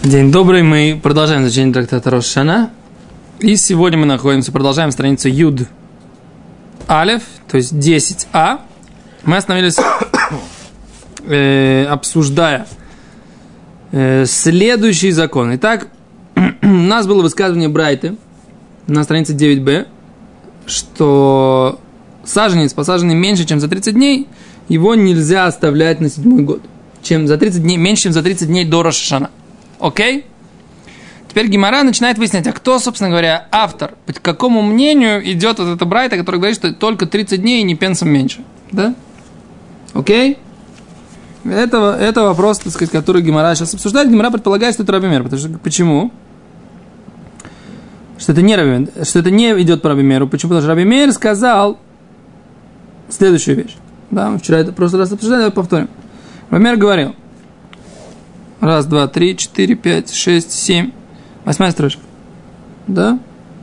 День добрый, мы продолжаем изучение трактата Рош ха-Шана. И сегодня мы продолжаем страницу Юд Алеф, то есть 10а. Мы остановились, обсуждая следующий закон. Итак, у нас было высказывание Брайты на странице 9b, что саженец, посаженный меньше, чем за 30 дней, его нельзя оставлять на 7-й год. Меньше, чем за 30 дней до Рош ха-Шана. Окей? Теперь Гемара начинает выяснять, а кто, собственно говоря, автор, по какому мнению идет вот эта Брайта, которая говорит, что только 30 дней и не пенсом меньше. Да? Окей? Это вопрос, так сказать, который Гемара сейчас обсуждает. Гемара предполагает, что это Раби Меир. Почему? Что это не Раби Меир, что это не идет по Раби Меиру. Почему? Потому что Раби Меир сказал следующую вещь. Да, мы вчера это просто раз обсуждали, давай повторим. Раби Меир говорил. 1, 2, 3, 4, 5, 6, 7. 8 строчка. Да?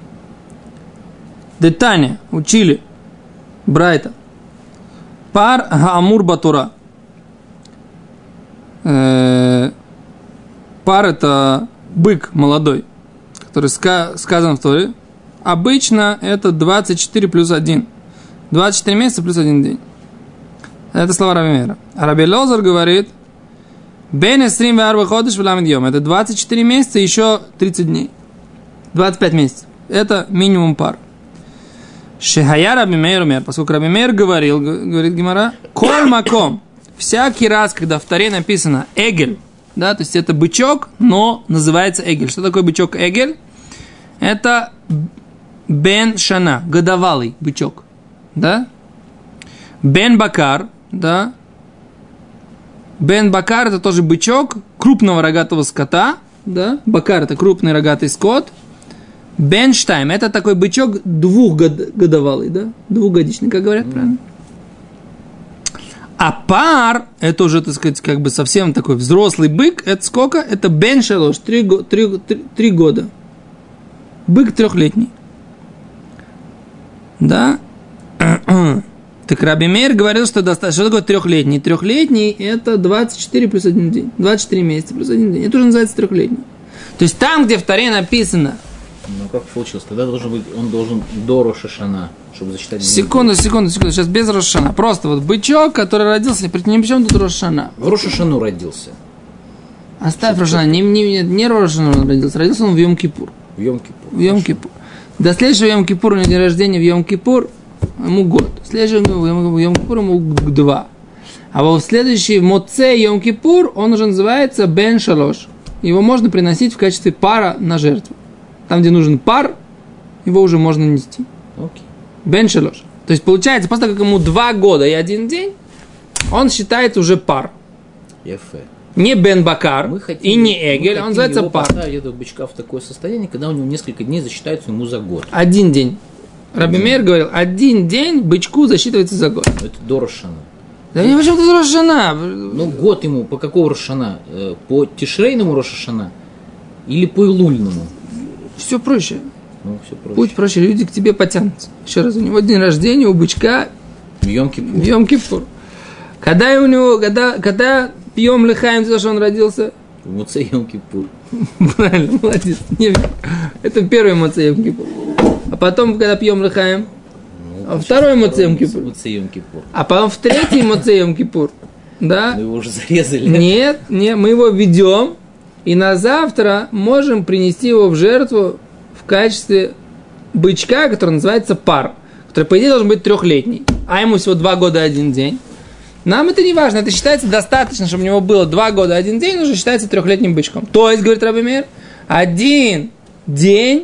Детания. Учили. Брайта. Пар гаамур батура. Пар это бык молодой, который сказан в Торе. Обычно это 24 плюс 1. 24 месяца плюс 1 день. Это слова Раби Меира. А Раби Лозар говорит: Бен эстрим варва ходыш вламид йом. Это 24 месяца и еще 30 дней. 25 месяцев. Это минимум пар. Шехая Раби Меир умер. Поскольку Раби Меир говорил, говорит Гемара, коль маком. Всякий раз, когда в Торе написано эгель, да, то есть это бычок, но называется эгель. Что такое бычок эгель? Это бен шана, годовалый бычок. Да? Бен бакар, да. Бен бакар это тоже бычок крупного рогатого скота, да? Бакар это крупный рогатый скот. Бен штайм это такой бычок двухгодовалый, да? Двухгодичный, как говорят, правильно? А пар это уже, так сказать, как бы совсем такой взрослый бык. Это сколько? Это бен шалош, 3 года. Бык 3-летний. Да? Так Раби Меир говорил, что достаточно. Что такое 3-летний? 3-летний это 24 плюс 1 день. 24 месяца плюс 1 день. Это уже называется 3-летний. То есть там, где в Торе написано. Ну как получилось? Тогда он должен до Рош ха-Шана, чтобы засчитать. Секунду. Сейчас без Рош ха-Шана. Просто вот бычок, который родился, ни при чем тут Рош ха-Шана. В Рош ха-Шану родился. Оставь Рош ха-Шана. Не Рош ха-Шана родился. Родился он в Йом-Кипур. В Йом-Кипур. В Йом-Кипур. До следующего Йом-Кипура, у него день рождения в Йом-Кипур, ему год. Следующий Йом-Кипур ему 2. А вот в следующий Моце Йом-Кипур он уже называется Бен Шалош. Его можно приносить в качестве пара на жертву. Там, где нужен пар, его уже можно нести. Okay. Бен Шалош. То есть получается, после того, как ему 2 года и 1 день, он считается уже пар. Ефе. Не Бен Бакар и не Эгель, он называется пар. Поставить этого бычка в такое состояние, когда у него несколько дней засчитаются ему за год. 1 день. Раби Меир говорил, 1 день бычку засчитывается за год. Это до Рош ха-Шана. Да не почему тут Рош ха-Шана? Ну год ему, по какому Рош ха-Шана? По тишрейному Рош ха-Шана? Или по илульному? Все проще. Ну, все проще. Путь проще, люди к тебе потянутся. Еще раз, у него день рождения, у бычка в Йом-Кипур. В Йом-Кипур. Когда у него, когда пьем лихаем за то, что он родился? В Моце Йом-Кипур. Правильно, молодец. Это первый Моце Йом-Кипур. А потом, когда пьем лихаем, второй Моце Йом-Кипур. А потом в третий Моце Йом-Кипур. Да? Мы его уже зарезали. Нет, мы его ведем. И на завтра можем принести его в жертву в качестве бычка, который называется пар, который, по идее, должен быть 3-летний, а ему всего 2 года и 1 день. Нам это не важно, это считается достаточно, чтобы у него было 2 года и 1 день, он уже считается 3-летним бычком. То есть, говорит Раби Меир, 1 день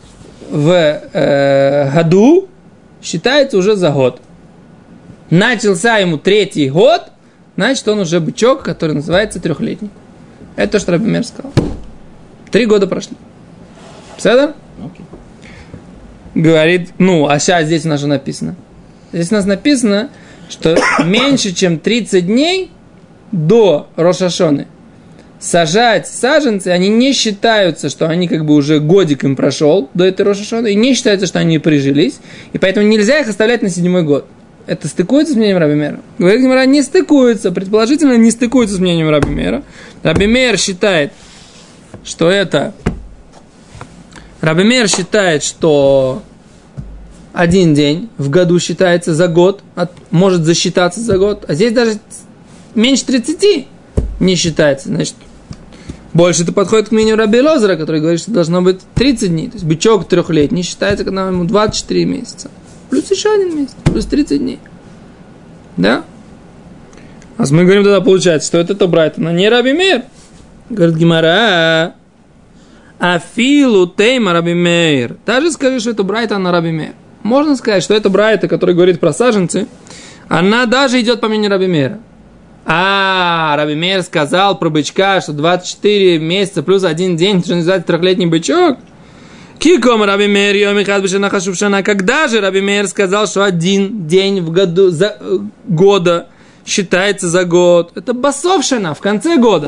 в году считается уже за год. Начался ему 3-й год, значит, он уже бычок, который называется 3-летний. Это то, что Раби Меир сказал. 3 года прошли. Все? Говорит, а сейчас здесь у нас же написано. Здесь у нас написано, что меньше, чем 30 дней до Рош ха-Шаны сажать саженцы, они не считаются, что они как бы уже годик им прошел до этой Рош ха-Шаны, и не считается, что они прижились, и поэтому нельзя их оставлять на 7-й год. Это стыкуется с мнением Раби Меира? Говорит Гемара, не стыкуется, предположительно не стыкуется с мнением Раби Меира. Раби Меир считает, что это Раби Меир считает, что один день в году считается за год, может засчитаться за год, а здесь даже меньше 30 не считается. Значит, больше это подходит к мнению Раби Элозера, который говорит, что должно быть 30 дней. То есть бычок 3-летний считается, когда ему 24 месяца. Плюс еще один месяц, плюс 30 дней. Да? А мы говорим тогда, получается, что это Брайтон, а не Раби Меир. Говорит Гемара, афилу тейма Раби Меир. Даже скажи, что это Брайтон, а Раби Меир. Можно сказать, что это Брайта, который говорит про саженцы, она даже идет по мнению Раби Меира. Раби Меир сказал про бычка, что 24 месяца плюс один день, что называется 3-летний бычок. Киком Раби Меир йомихад бешана хашувшана. Когда же Раби Меир сказал, что один день в году года считается за год? Это басовшана, в конце года.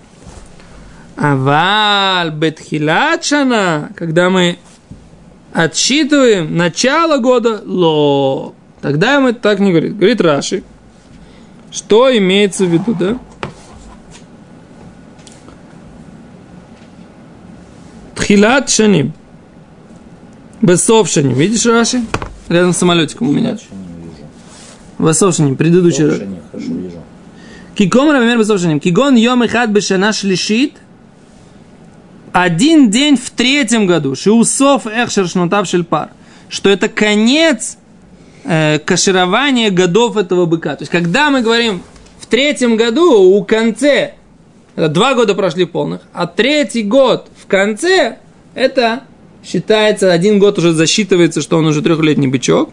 Аваль бетхилат шана, когда мы отсчитываем начало года, ло. Тогда мы так не говорим. Говорит Раши. Что имеется в виду, да? Тхилат шаним. Бесов шаним. Видишь, Раши? Рядом с самолетиком у меня. Бесов шаним. Предыдущий раз. Киком рамер бесов шаним. Кигон йом эхад бешана шлишит. Один день в 3-м году. Шиусов эхшер шнутав шельпар. Что это конец каширования годов этого быка. То есть, когда мы говорим в 3-м году, у конце, 2 года прошли полных, а 3-й год в конце, это считается, 1 год уже засчитывается, что он уже 3-летний бычок.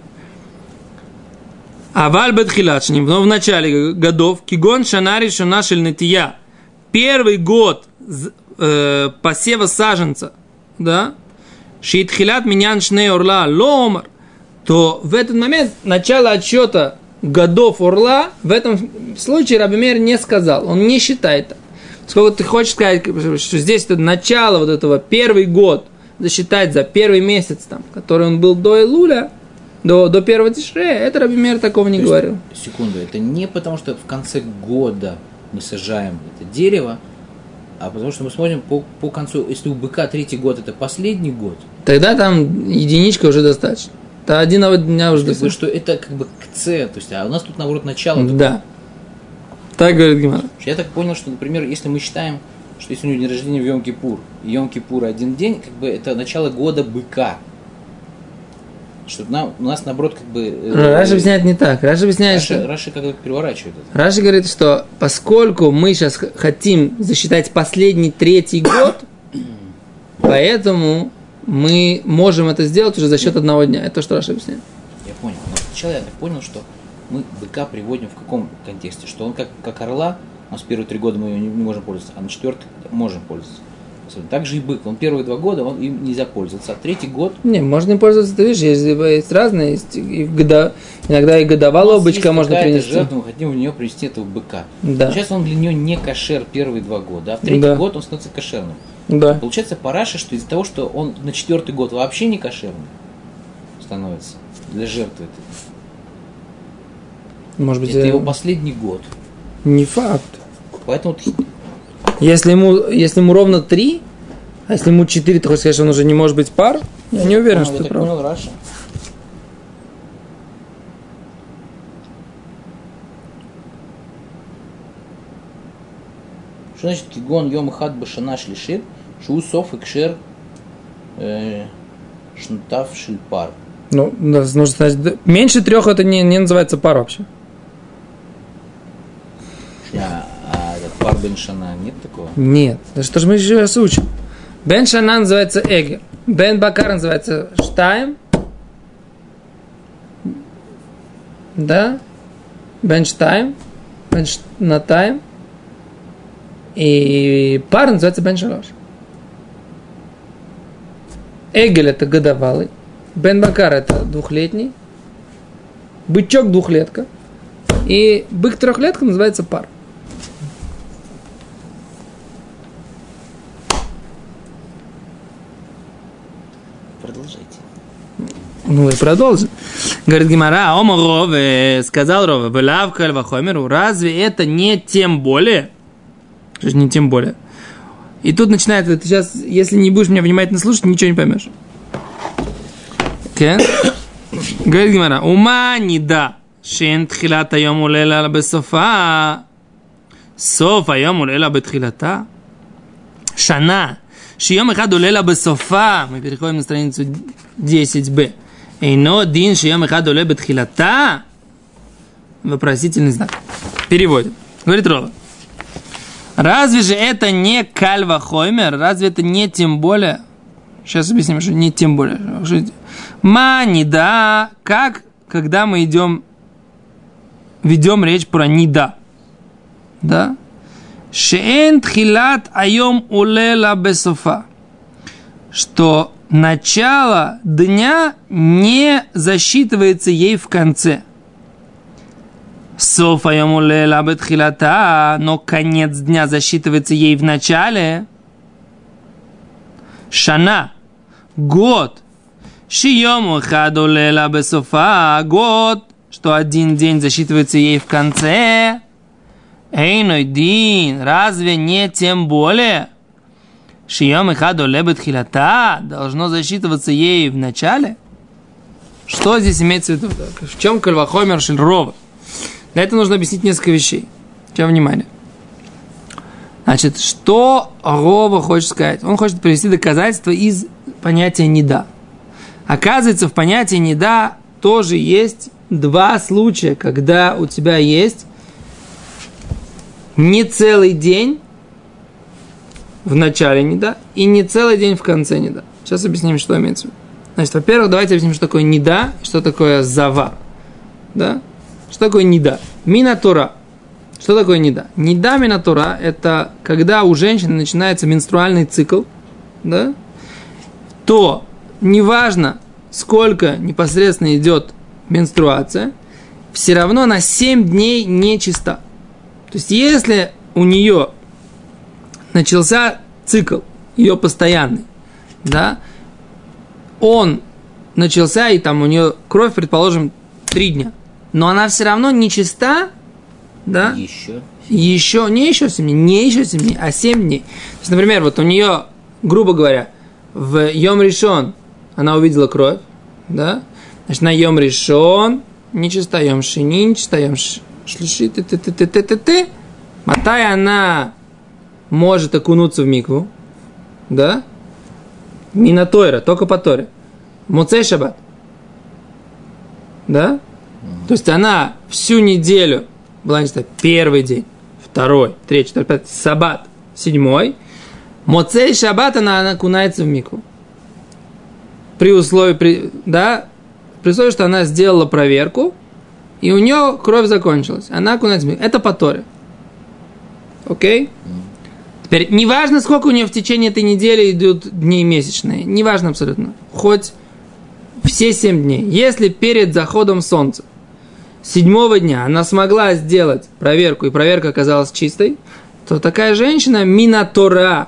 А вальбет хилачним, но в начале годов, кигон шанари шунашель нетия, 1-й год посева саженца, да, шиитхилат минян шней орла ломар, то в этот момент начало отсчета годов орла в этом случае Раби Меир не сказал, он не считает так. Сколько ты хочешь сказать, что здесь это начало вот этого 1-й год засчитать за 1-й месяц, там, который он был до Элуля, до 1-го Тишрея, это Раби Меир такого не говорил. Секунду, это не потому, что в конце года мы сажаем это дерево, а потому что мы смотрим по концу, если у быка 3-й год это последний год. Тогда там единичка уже достаточно. Это 1 дня уже достаточно. Что это как бы кце, то есть, а у нас тут наоборот начало. Да. Так говорит Гемара. Я так понял, что, например, если мы считаем, что если у него день рождения в Йом-Кипур, и Йом-Кипур 1 день, как бы это начало года быка. Что у нас наоборот как бы... Раши объясняет не так. Раши объясняет, Раши как бы переворачивает это. Раши говорит, что поскольку мы сейчас хотим засчитать последний 3-й год, поэтому мы можем это сделать уже за счет 1 дня. Это то, что Раши объясняет. Я понял. Но сначала я так понял, что мы быка приводим в каком контексте? Что он как орла, у нас первые 3 года мы не можем пользоваться, а на 4-й можем пользоваться. Так же и бык. Он первые 2 года им нельзя пользоваться, а 3-й год... Не, можно им пользоваться, ты видишь, есть разные, есть иногда и годовалого бычка можно принести. Жертву, мы хотим в нее принести этого быка. Да. Сейчас он для нее не кошер первые 2 года, а в 3-й год он становится кошерным. Да. Получается по Раши, что из-за того, что он на 4-й год вообще не кошерный становится для жертвы этой. Может быть, это его последний год. Не факт. Поэтому если ему ровно 3, а если ему 4, ты хочешь сказать, что он уже не может быть пар? Я не уверен, что ты прав. Понял, Раша. Что значит кигон йом хад башана шлишит, шусов и кшер шнутав шильпар? Ну, нужно сказать, меньше 3 это не называется пар вообще. А пар бен шана нет такого? Нет. Да что же мы сейчас учим? Бен шана называется эгер. Бен бакар называется штайм. Да? Бен штайм. Бен натайм. И пар называется бен шалош. Эгель это годовалый. Бен бакар это 2-летний. Бычок 2-летка. И бык 3-летка называется пар. Продолжайте. Ну и продолжим. Говорит Гемара, Ома Рове, сказал Рове, Белавка Эльвахомеру, разве это не тем более? Что же не тем более? И тут начинается, ты сейчас, если не будешь меня внимательно слушать, ничего не поймешь. Okay. Говорит Гемара, ума не да, шен тхилата йому лела бесофа, софа йому лела бетхилата, шана, шием эхад улела бесофа, мы переходим на страницу 10b, эйно дин шием эхад улела бетхилата, вопросительный знак. Переводим. Говорит Рова. Разве же это не кальва хоймер? Разве это не тем более? Сейчас объясним, что не тем более. Манида, как когда мы ведем речь про нида. Да? Шеэн тхилат айом улела бесофа. Что начало дня не засчитывается ей в конце. Софа йому лела бетхилата, но конец дня засчитывается ей в начале. Шана, год. Шиему хаду лела бесофа, год, что один день засчитывается ей в конце. Эйной дин, разве не тем более? Шиему хаду лела бетхилата, должно засчитываться ей в начале. Что здесь имеется в виду? В чем кальвахомер шель Рова? Для этого нужно объяснить несколько вещей. Сейчас внимание. Значит, что Рова хочет сказать? Он хочет привести доказательства из понятия «неда». Оказывается, в понятии «неда» тоже есть два случая, когда у тебя есть не целый день в начале «неда» и не целый день в конце «неда». Сейчас объясним, что имеется в виду. Значит, во-первых, давайте объясним, что такое «неда» и что такое «зава». Да? Что такое нида? Минатура. Что такое нида? Нида минатура – это когда у женщины начинается менструальный цикл, да? То неважно, сколько непосредственно идет менструация, все равно на 7 дней нечиста. То есть, если у нее начался цикл, ее постоянный, да, он начался, и там у нее кровь, предположим, 3 дня. Но она все равно нечиста, да? Еще 7 дней, а 7 дней. То есть, например, вот у нее, грубо говоря, в Йом Ришон она увидела кровь, да? Значит, на Йом Ришон нечиста, Йом Шини нечиста, Йом Шлиши, т. Матай она может окунуться в микву, да? Мина Тойра, только по Торе. Моцей Шаббат, да? То есть она всю неделю была нечиста первый день, второй, третий, четвертый, пятый, саббат, 7. Моцей шаббат она окунается в микву. При условии, что она сделала проверку, и у нее кровь закончилась. Она окунается в микву. Это по Торе. Окей? Теперь, неважно, сколько у нее в течение этой недели идут дни месячные. Неважно абсолютно. Хоть все 7 дней. Если перед заходом солнца 7-го дня она смогла сделать проверку, и проверка оказалась чистой, то такая женщина минатора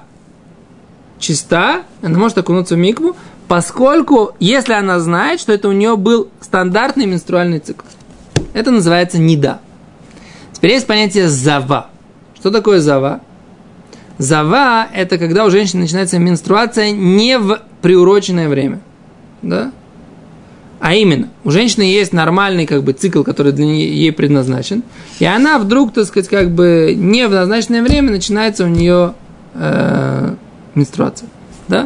чиста, она может окунуться в микву, поскольку, если она знает, что это у нее был стандартный менструальный цикл. Это называется нида. Теперь есть понятие зава. Что такое зава? Зава – это когда у женщины начинается менструация не в приуроченное время. Да? А именно, у женщины есть нормальный цикл, который для ей предназначен, и она вдруг, так сказать, не в назначенное время начинается у нее менструация. Да?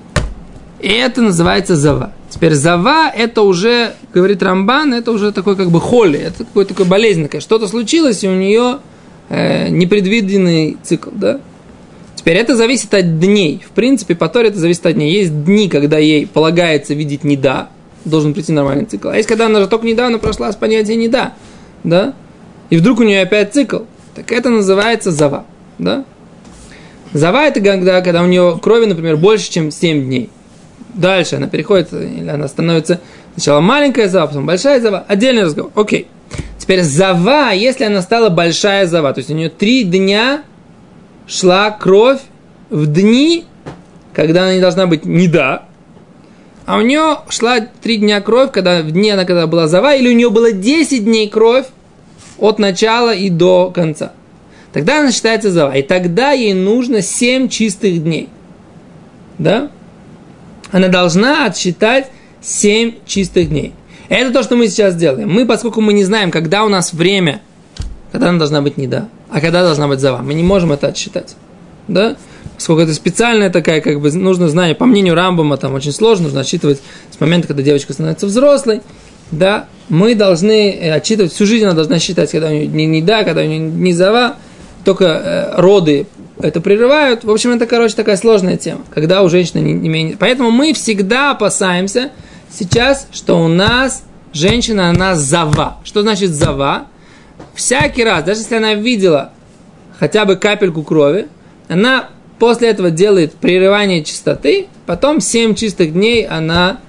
И это называется зава. Теперь зава, это уже, говорит Рамбан, это уже такой холи, это какое-то такое болезненное. Что-то случилось, и у нее непредвиденный цикл. Да? Теперь это зависит от дней. В принципе, по Торе это зависит от дней. Есть дни, когда ей полагается видеть нида, должен прийти нормальный цикл. А есть, когда она же только недавно прошла с понятием нида, да? И вдруг у нее опять цикл. Так это называется зава, да? Зава – это когда у нее крови, например, больше, чем 7 дней. Дальше она переходит, или она становится сначала маленькая зава, потом большая зава. Отдельный разговор. Окей. Теперь зава, если она стала большая зава, то есть у нее 3 дня шла кровь в дни, когда она не должна быть нида, а у нее шла 3 дня кровь, когда в дни она была зава, или у нее было 10 дней кровь от начала и до конца. тогда она считается зава. И тогда ей нужно 7 чистых дней. Да? Она должна отсчитать 7 чистых дней. Это то, что мы сейчас делаем. Мы, поскольку мы не знаем, когда у нас время, когда она должна быть неда, а когда должна быть зава, мы не можем это отсчитать. Да? Поскольку это специальная такая, как бы, нужно знать, по мнению Рамбама, там очень сложно, нужно отсчитывать с момента, когда девочка становится взрослой. Да? Мы должны отсчитывать, всю жизнь она должна считать, когда у нее не неда, когда у нее не зава, только роды это прерывают. В общем, это, короче, такая сложная тема, когда у женщины не имеет. Поэтому мы всегда опасаемся сейчас, что у нас женщина, она зава. Что значит зава? Всякий раз, даже если она видела хотя бы капельку крови, она после этого делает прерывание чистоты, потом 7 чистых дней она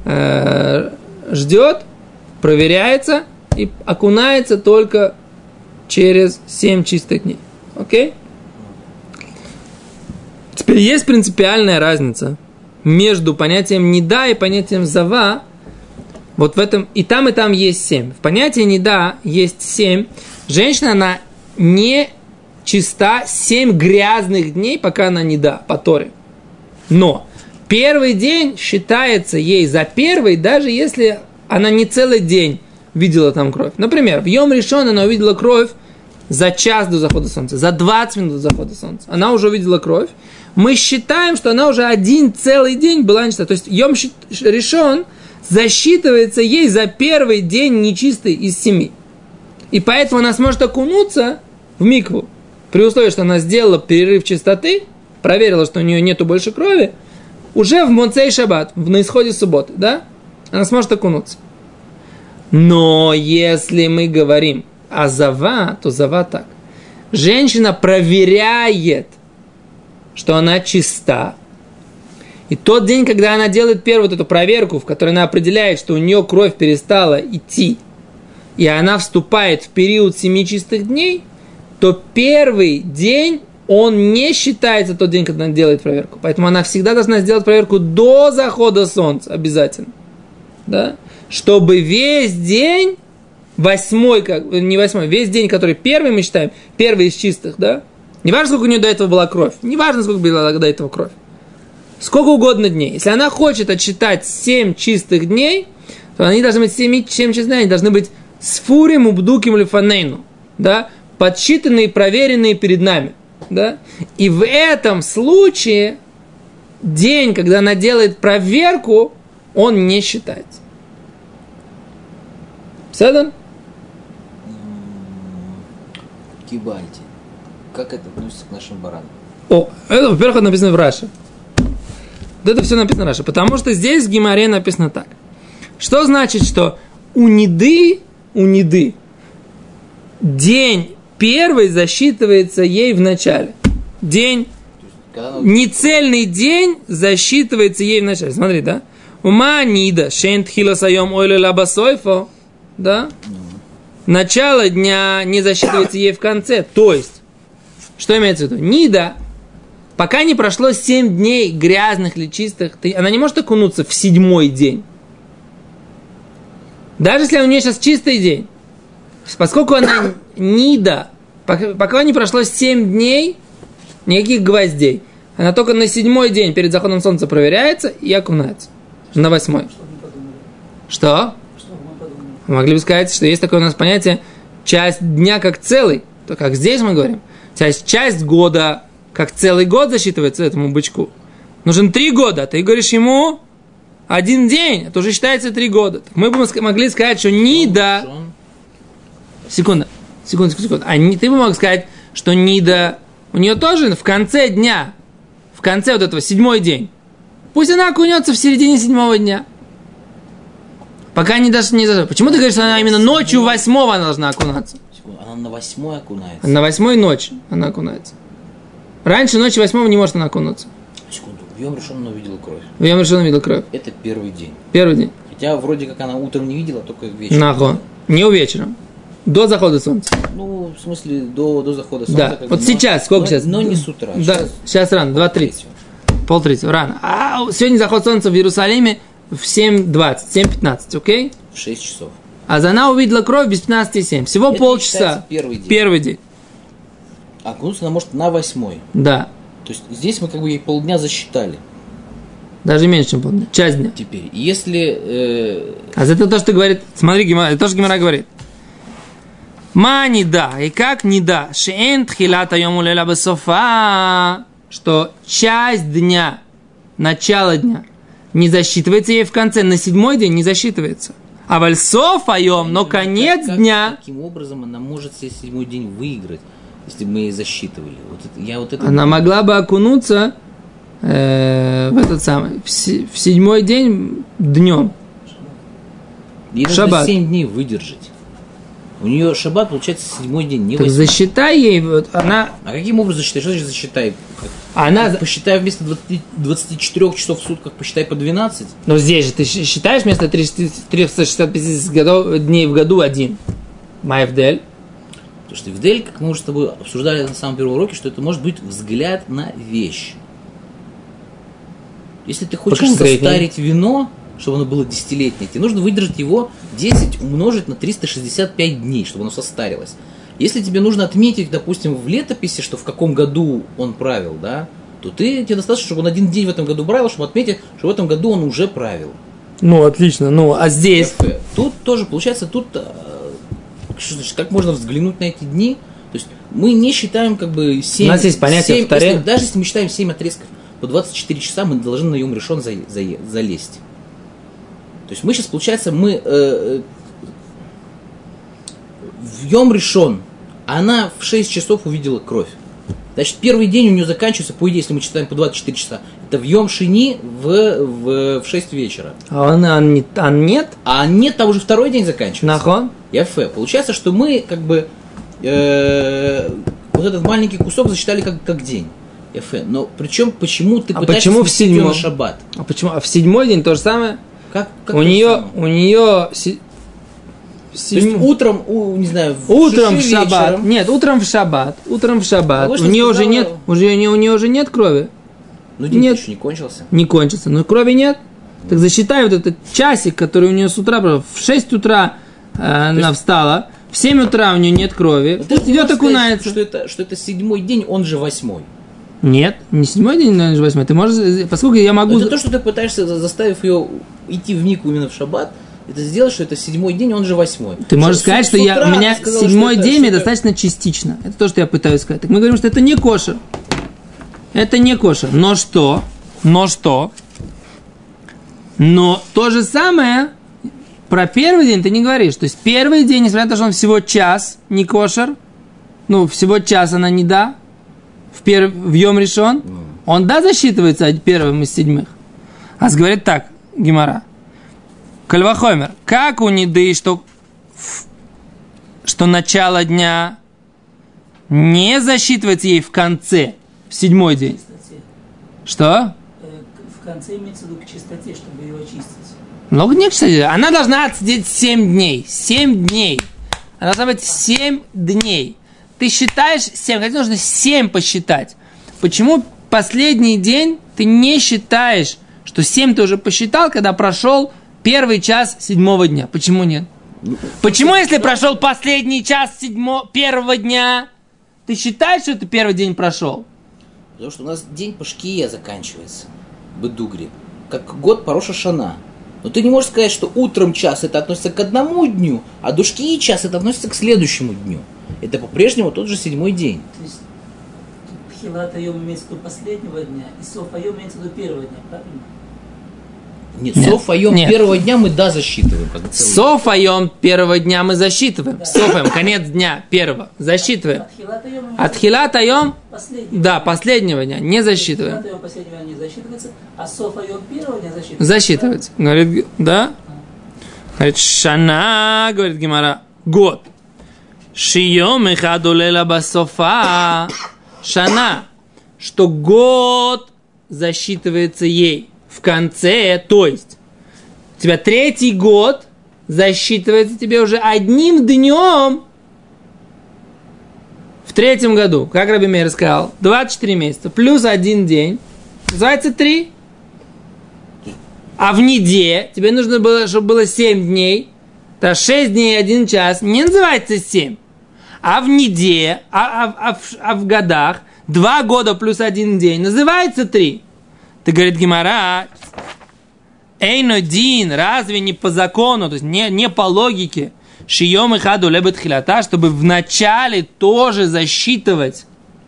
ждет, проверяется и окунается только через 7 чистых дней. Окей? Теперь есть принципиальная разница между понятием неда и понятием зава. Вот в этом и там есть 7. В понятии неда есть 7. Женщина, она не чиста 7 грязных дней, пока она неда по Торе. Но первый день считается ей за первый, даже если она не целый день видела там кровь. Например, в Йом Ришон она увидела кровь за час до захода солнца, за 20 минут до захода солнца. Она уже увидела кровь. Мы считаем, что она уже один целый день была нечиста. То есть Йом Ришон засчитывается ей за первый день нечистый из 7. И поэтому она сможет окунуться в микву. При условии, что она сделала перерыв чистоты, проверила, что у нее нету больше крови, уже в Моцей Шаббат, на исходе субботы, да? Она сможет окунуться. Но если мы говорим о зава, то зава так. Женщина проверяет, что она чиста. И тот день, когда она делает первую вот эту проверку, в которой она определяет, что у нее кровь перестала идти, и она вступает в период 7 чистых дней, то первый день, он не считается тот день, когда она делает проверку. Поэтому она всегда должна сделать проверку до захода солнца, обязательно. Да? Чтобы весь день, весь день, который первый мы считаем, первый из чистых, да? Не важно, сколько у нее до этого была кровь, не важно, сколько была до этого кровь. Сколько угодно дней. Если она хочет отсчитать 7 чистых дней, то они должны быть 7 чистых дней, они должны быть сфурим убдуким лифанейну, да? Подсчитанные, проверенные перед нами. Да? И в этом случае день, когда она делает проверку, он не считается. Седан? Кибальти. Как это относится к нашим баранам? Это, во-первых, это написано в Раши. Вот это все написано в Раши. Потому что здесь в Гемаре написано так. Что значит, что у неды день первый засчитывается ей в начале. День, нецельный день засчитывается ей в начале. Смотри, да? Ума нида, шент хилосайом ойле лабасойфо. Да? Начало дня не засчитывается ей в конце. То есть, что имеется в виду? Нида, пока не прошло 7 дней грязных или чистых, она не может окунуться в 7-й день. Даже если у нее сейчас чистый день. Поскольку она нида, пока не прошло 7 дней, никаких гвоздей. Она только на 7-й день перед заходом солнца проверяется и окунается. На 8-й. Что? Могли бы сказать, что есть такое у нас понятие часть дня как целый. То как здесь мы говорим. Часть года как целый год засчитывается этому бычку. Нужен 3 года. Ты говоришь ему 1 день. Это уже считается 3 года. Так мы бы могли сказать, что нида... Секунду. Ты бы мог сказать, что нида... У нее тоже в конце дня, в конце вот этого 7-й день. Пусть она окунется в середине 7-го дня. Пока не даже не зашла. Почему ты говоришь, что она именно ночью 8-го она должна окунаться? Она на 8-й окунается. На 8-й ночь она окунается. Раньше ночи 8-го не может она окунуться. Секунду. В Йом Ришон она увидела кровь. В Йом Ришон увидела кровь. Это первый день. Первый день. Хотя вроде как она утром не видела, только вечером. Нахо. Не вечером. До захода солнца. Ну, в смысле, до захода солнца. Да. Вот сейчас, сколько сейчас? Но не с утра. Да, сейчас рано, 2:30. 2:30, рано. А сегодня заход солнца в Иерусалиме в 7:20, 7:15, окей? В 6 часов. А она увидела кровь без 15:07. Всего это полчаса. Первый день. Первый день. Окунуться она может на 8-й. Да. То есть здесь мы как бы ей полдня засчитали. Даже меньше, чем полдня. Часть дня. Теперь, если... А это то, что говорит... Смотри, это то, что Гемара говорит. Ма не да. И как не да? Шеэн тхилата йому леля бесофа. Что часть дня, начало дня, не засчитывается ей в конце. На 7-й день не засчитывается. А вальсов айом, но конец дня... Каким образом она может себе 7-й день выиграть, если бы мы ей засчитывали? Она могла бы окунуться в этот самый, в 7-й день днем. Ей нужно 7 дней выдержать. У нее шаббат получается 7-й день, не 8-й. Так засчитай ей, вот она... А каким образом засчитай? Что значит засчитай? Она... Посчитай вместо 24 часов в сутках, посчитай по 12. Но здесь же ты считаешь вместо 365 дней в году один. Майвдель. Потому что вдель, как мы уже с тобой обсуждали на самом первом уроке, что это может быть взгляд на вещь. Если ты хочешь состарить вино, чтобы оно было десятилетнее, тебе нужно выдержать его 10 умножить на 365 дней, чтобы оно состарилось. Если тебе нужно отметить, допустим, в летописи, что в каком году он правил, да, то тебе достаточно, чтобы он один день в этом году правил, чтобы отметить, что в этом году он уже правил. Ну, отлично. Ну, а здесь... Тут тоже, получается, как можно взглянуть на эти дни? То есть мы не считаем как бы 7... У нас есть понятие в Торе. Даже если мы считаем 7 отрезков по 24 часа, мы должны на Йом Ришон залезть. То есть мы сейчас, получается, в Йом Ришон она в 6 часов увидела кровь. Значит, первый день у нее заканчивается, по идее, если мы читаем по 24 часа, это в Йом Шини в 6 вечера. А нет? А нет, там уже второй день заканчивается. Нахон? Яфе. Получается, что мы как бы вот этот маленький кусок засчитали как день. Яфе. Но почему ты пытаешься сместить её на шаббат? А почему? А в 7-й день то же самое? Как у нее утром, не знаю, утром в шаббат. Вечером. Нет, утром в шаббат. У нее уже нет, у нее уже нет крови. Ну, день еще не кончился. Не кончился, но крови нет. Так засчитай вот этот часик, который у нее с утра, в 6 утра она встала, в 7 утра у нее нет крови. Пусть идет окунается. Что это 7-й день, он же 8-й. Нет, не 7-й день, он же 8-й. Ты можешь, поскольку я могу... Это то, что ты пытаешься, заставив ее идти в мику именно в шаббат, это сделать, что это 7-й день, он же 8-й. Ты можешь сказать, что у меня 7-й день мне достаточно частично. Это то, что я пытаюсь сказать. Так мы говорим, что это не кошер. Это не кошер. Но то же самое про первый день ты не говоришь. То есть первый день, несмотря на то, что он всего час, не кошер, всего час она не да, в Йом Ришон, он да засчитывается первым из 7. А говорит так, Гемара. Кальвахомер, как у Ниды, что начало дня не засчитывается ей в конце, в 7-й день. Что? В конце имеется в виду к чистоте, чтобы ее очистить. Ну, не к чистоте. Она должна отсидеть 7 дней. 7 дней. Она должна быть 7 дней. Ты считаешь 7, хотя нужно 7 посчитать. Почему последний день ты не считаешь, что 7 ты уже посчитал, когда прошел первый час 7-го дня? Почему нет? Почему, если прошел последний час 1-го дня, ты считаешь, что это первый день прошел? Потому что у нас день по шкие заканчивается, бедугри, как год по Рош ха-Шана. Но ты не можешь сказать, что утром час это относится к одному дню, а до шкии час это относится к следующему дню. Это по-прежнему тот же 7-й день. То есть Тхилат Айом имеется в виду последнего дня, и Соф Айом имеется в виду первого дня, правильно? Нет, Соф Айом первого дня мы засчитываем. Соф Айом первого дня мы засчитываем. Да. Соф Айом, конец дня первого, засчитываем. Атхилат Айом, да, последнего дня не засчитываем. Атхилат Айом последнего дня не засчитывается, а Соф Айом первого дня засчитывается. Засчитывается. Говорит, да? Говорит, Шана, говорит Гемара, год. Шием эхадулела басофа. Шана, что год засчитывается ей в конце, то есть у тебя 3-й год засчитывается тебе уже одним днем в 3-м году. Как Раби Меир сказал, 24 месяца плюс 1 день называется 3. А в неде тебе нужно было, чтобы было 7 дней, то 6 дней и 1 час не называется 7. А в неделе, в годах 2 года плюс 1 день называется 3. Ты, говорит Гемара, эйнодин, разве не по закону, то есть не по логике, шием и хаду лебет хилата, чтобы в начале тоже засчитывать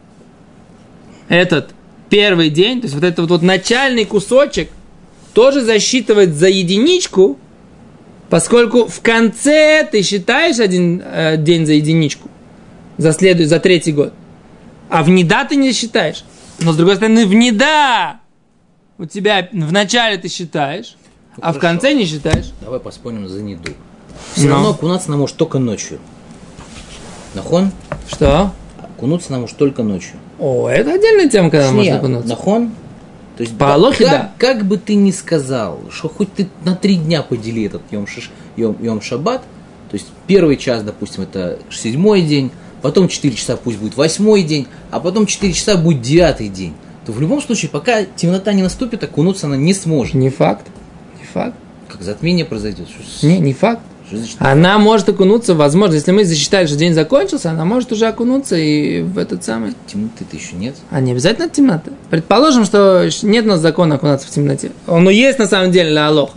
этот первый день, то есть вот этот вот начальный кусочек тоже засчитывать за единичку, поскольку в конце ты считаешь один день за единичку, за третий год, а в неда ты не считаешь. Но с другой стороны, в неда у тебя в начале ты считаешь, а в конце не считаешь. Давай поспорим за неду. Все равно окунаться она может только ночью. Нахон? Что? Окунуться она может только ночью. О, это отдельная тема, когда можно окунуться. Нахон? То есть, по Алохе, да. Как бы ты ни сказал, что хоть ты на 3 дня подели этот Йом Шаббат, то есть первый час, допустим, это 7-й день, потом 4 часа пусть будет 8-й день, а потом 4 часа будет 9-й день, то в любом случае, пока темнота не наступит, окунуться она не сможет. Не факт. Не факт. Как затмение произойдет. Не факт. Она может окунуться, возможно, если мы засчитали, что день закончился, она может уже окунуться и в этот самый... Темноты-то еще нет. А не обязательно темноты. Предположим, что нет у нас закона окунаться в темноте. Он есть на самом деле для Алоха.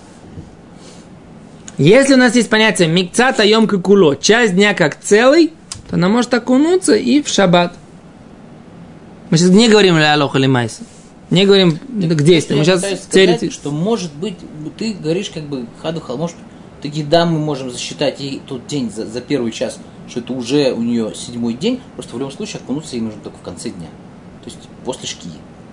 Если у нас есть понятие микцат айом куло, часть дня как целый, то она может окунуться и в шаббат. Мы сейчас не говорим ля Алоха или майса. Не говорим к действию. Мы сейчас сказать, что может быть, ты говоришь как бы хаду-хал, может такие, да, мы можем засчитать ей тот день за первый час, что это уже у нее 7-й день, просто в любом случае окунуться ей нужно только в конце дня. То есть после шкии.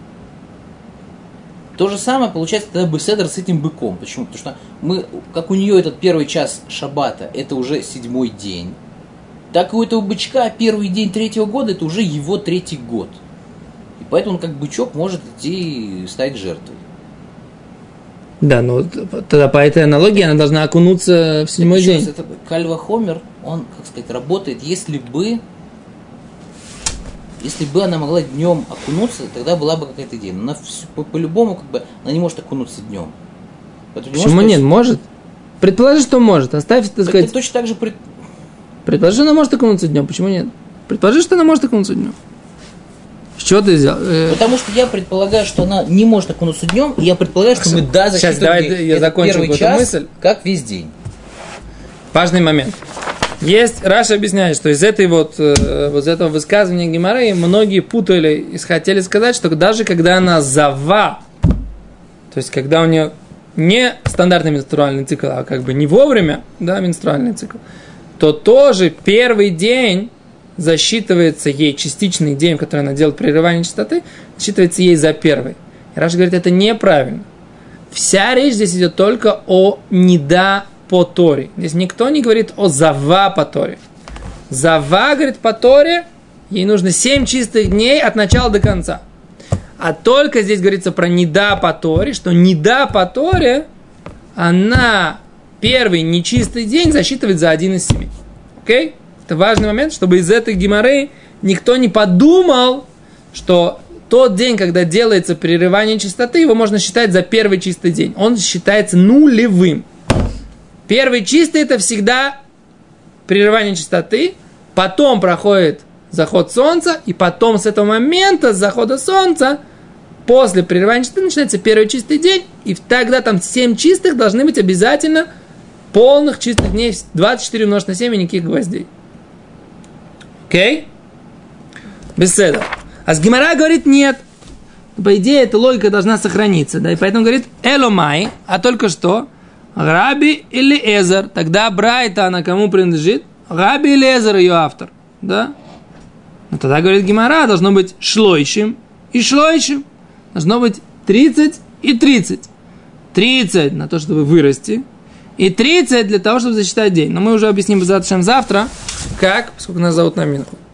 То же самое получается тогда беседер с этим быком. Почему? Потому что мы, как у нее этот первый час шаббата, это уже 7-й день, так и у этого бычка первый день 3-го года, это уже его 3-й год. И поэтому он как бычок может идти стать жертвой. Да, но тогда по этой аналогии она должна окунуться в 7-й день. Это кальва хомер, он, как сказать, работает, если бы она могла днем окунуться, тогда была бы какая-то идея. Но она по-любому как бы она не может окунуться днем. Почему нет? Может. Предположи, что может. Оставь, так сказать. Ты точно так же предположи, что она может окунуться днем. Почему нет? Предположи, что она может окунуться днем. Что ты сделал? Потому что я предполагаю, что она не может окунуться днем, и я предполагаю, что мы сейчас давай я закончу первый эту мысль. Как весь день. Важный момент. Есть, Раша объясняет, что из этой вот этого высказывания Гемары многие путали и хотели сказать, что даже когда она зава, то есть когда у нее не стандартный менструальный цикл, а как бы не вовремя, да, менструальный цикл, то тоже первый день засчитывается ей, частичный день, в который она делает прерывание частоты, засчитывается ей за первый. И Раша говорит, это неправильно. Вся речь здесь идет только о неда по Торе. Здесь никто не говорит о зава по Торе. Зава, говорит, по Торе, ей нужно 7 чистых дней от начала до конца. А только здесь говорится про неда по Торе, что неда по Торе, она первый нечистый день засчитывает за 1 из 7. Окей? Это важный момент, чтобы из этой геморры никто не подумал, что тот день, когда делается прерывание чистоты, его можно считать за первый чистый день. Он считается нулевым. Первый чистый – это всегда прерывание чистоты, потом проходит заход солнца, и потом с этого момента, с захода солнца, после прерывания чистоты начинается первый чистый день, и тогда там 7 чистых должны быть обязательно полных чистых дней, 24 умножить на 7 и никаких гвоздей. Окей? Беседа. А с Гемара говорит нет. По идее, эта логика должна сохраниться. Да? И поэтому говорит Эломай, а только что Раби или Эзер. Тогда Брайта, она кому принадлежит? Раби или Эзер ее автор. Да? Но тогда, говорит Гемара, должно быть шлойшим и шлойшим. Должно быть 30 и 30. 30 на то, чтобы вырасти. И 30 для того, чтобы засчитать день. Но мы уже объясним завтра, как, поскольку нас зовут на Минху.